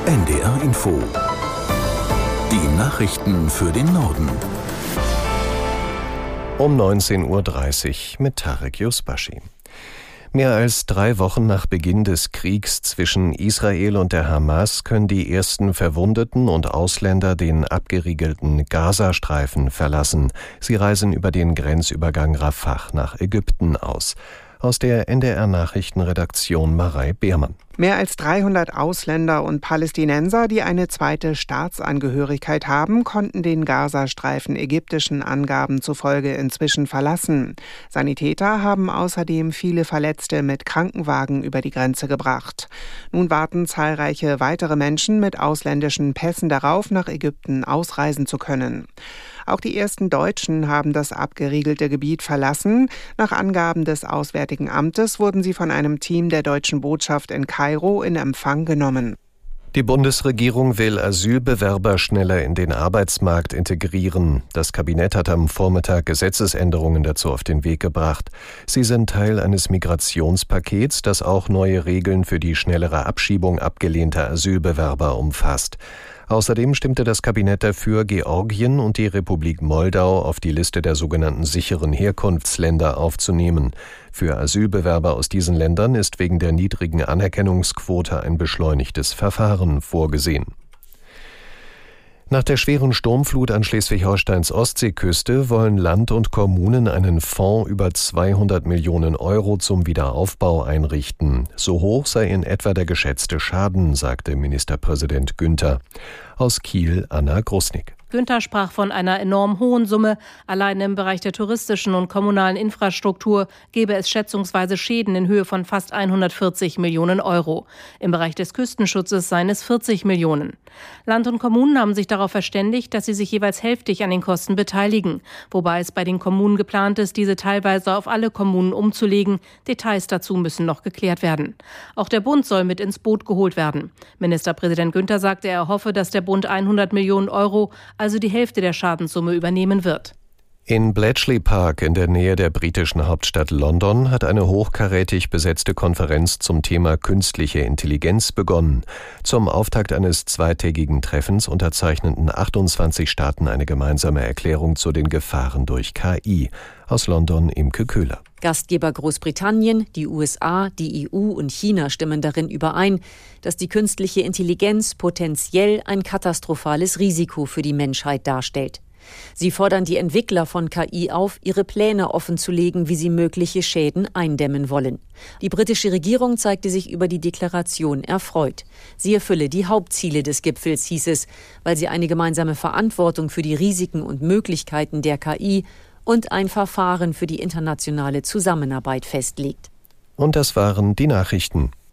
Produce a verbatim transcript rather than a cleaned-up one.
N D R Info. Die Nachrichten für den Norden. Um neunzehn Uhr dreißig mit Tarek Yusbashi. Mehr als drei Wochen nach Beginn des Kriegs zwischen Israel und der Hamas können die ersten Verwundeten und Ausländer den abgeriegelten Gazastreifen verlassen. Sie reisen über den Grenzübergang Rafah nach Ägypten aus. Aus der N D R-Nachrichtenredaktion Marei Beermann. Mehr als dreihundert Ausländer und Palästinenser, die eine zweite Staatsangehörigkeit haben, konnten den Gazastreifen ägyptischen Angaben zufolge inzwischen verlassen. Sanitäter haben außerdem viele Verletzte mit Krankenwagen über die Grenze gebracht. Nun warten zahlreiche weitere Menschen mit ausländischen Pässen darauf, nach Ägypten ausreisen zu können. Auch die ersten Deutschen haben das abgeriegelte Gebiet verlassen. Nach Angaben des Auswärtigen Amtes wurden sie von einem Team der deutschen Botschaft in Kairo in Empfang genommen. Die Bundesregierung will Asylbewerber schneller in den Arbeitsmarkt integrieren. Das Kabinett hat am Vormittag Gesetzesänderungen dazu auf den Weg gebracht. Sie sind Teil eines Migrationspakets, das auch neue Regeln für die schnellere Abschiebung abgelehnter Asylbewerber umfasst. Außerdem stimmte das Kabinett dafür, Georgien und die Republik Moldau auf die Liste der sogenannten sicheren Herkunftsländer aufzunehmen. Für Asylbewerber aus diesen Ländern ist wegen der niedrigen Anerkennungsquote ein beschleunigtes Verfahren vorgesehen. Nach der schweren Sturmflut an Schleswig-Holsteins Ostseeküste wollen Land und Kommunen einen Fonds über zweihundert Millionen Euro zum Wiederaufbau einrichten. So hoch sei in etwa der geschätzte Schaden, sagte Ministerpräsident Günther. Aus Kiel Anna Grusnick. Günther sprach von einer enorm hohen Summe. Allein im Bereich der touristischen und kommunalen Infrastruktur gäbe es schätzungsweise Schäden in Höhe von fast hundertvierzig Millionen Euro. Im Bereich des Küstenschutzes seien es vierzig Millionen. Land und Kommunen haben sich darauf verständigt, dass sie sich jeweils hälftig an den Kosten beteiligen. Wobei es bei den Kommunen geplant ist, diese teilweise auf alle Kommunen umzulegen. Details dazu müssen noch geklärt werden. Auch der Bund soll mit ins Boot geholt werden. Ministerpräsident Günther sagte, er hoffe, dass der Bund hundert Millionen Euro, also die Hälfte der Schadenssumme, übernehmen wird. In Bletchley Park in der Nähe der britischen Hauptstadt London hat eine hochkarätig besetzte Konferenz zum Thema künstliche Intelligenz begonnen. Zum Auftakt eines zweitägigen Treffens unterzeichneten achtundzwanzig Staaten eine gemeinsame Erklärung zu den Gefahren durch K I. Aus London Imke Köhler. Gastgeber Großbritannien, die U S A, die E U und China stimmen darin überein, dass die künstliche Intelligenz potenziell ein katastrophales Risiko für die Menschheit darstellt. Sie fordern die Entwickler von K I auf, ihre Pläne offenzulegen, wie sie mögliche Schäden eindämmen wollen. Die britische Regierung zeigte sich über die Deklaration erfreut. Sie erfülle die Hauptziele des Gipfels, hieß es, weil sie eine gemeinsame Verantwortung für die Risiken und Möglichkeiten der K I und ein Verfahren für die internationale Zusammenarbeit festlegt. Und das waren die Nachrichten.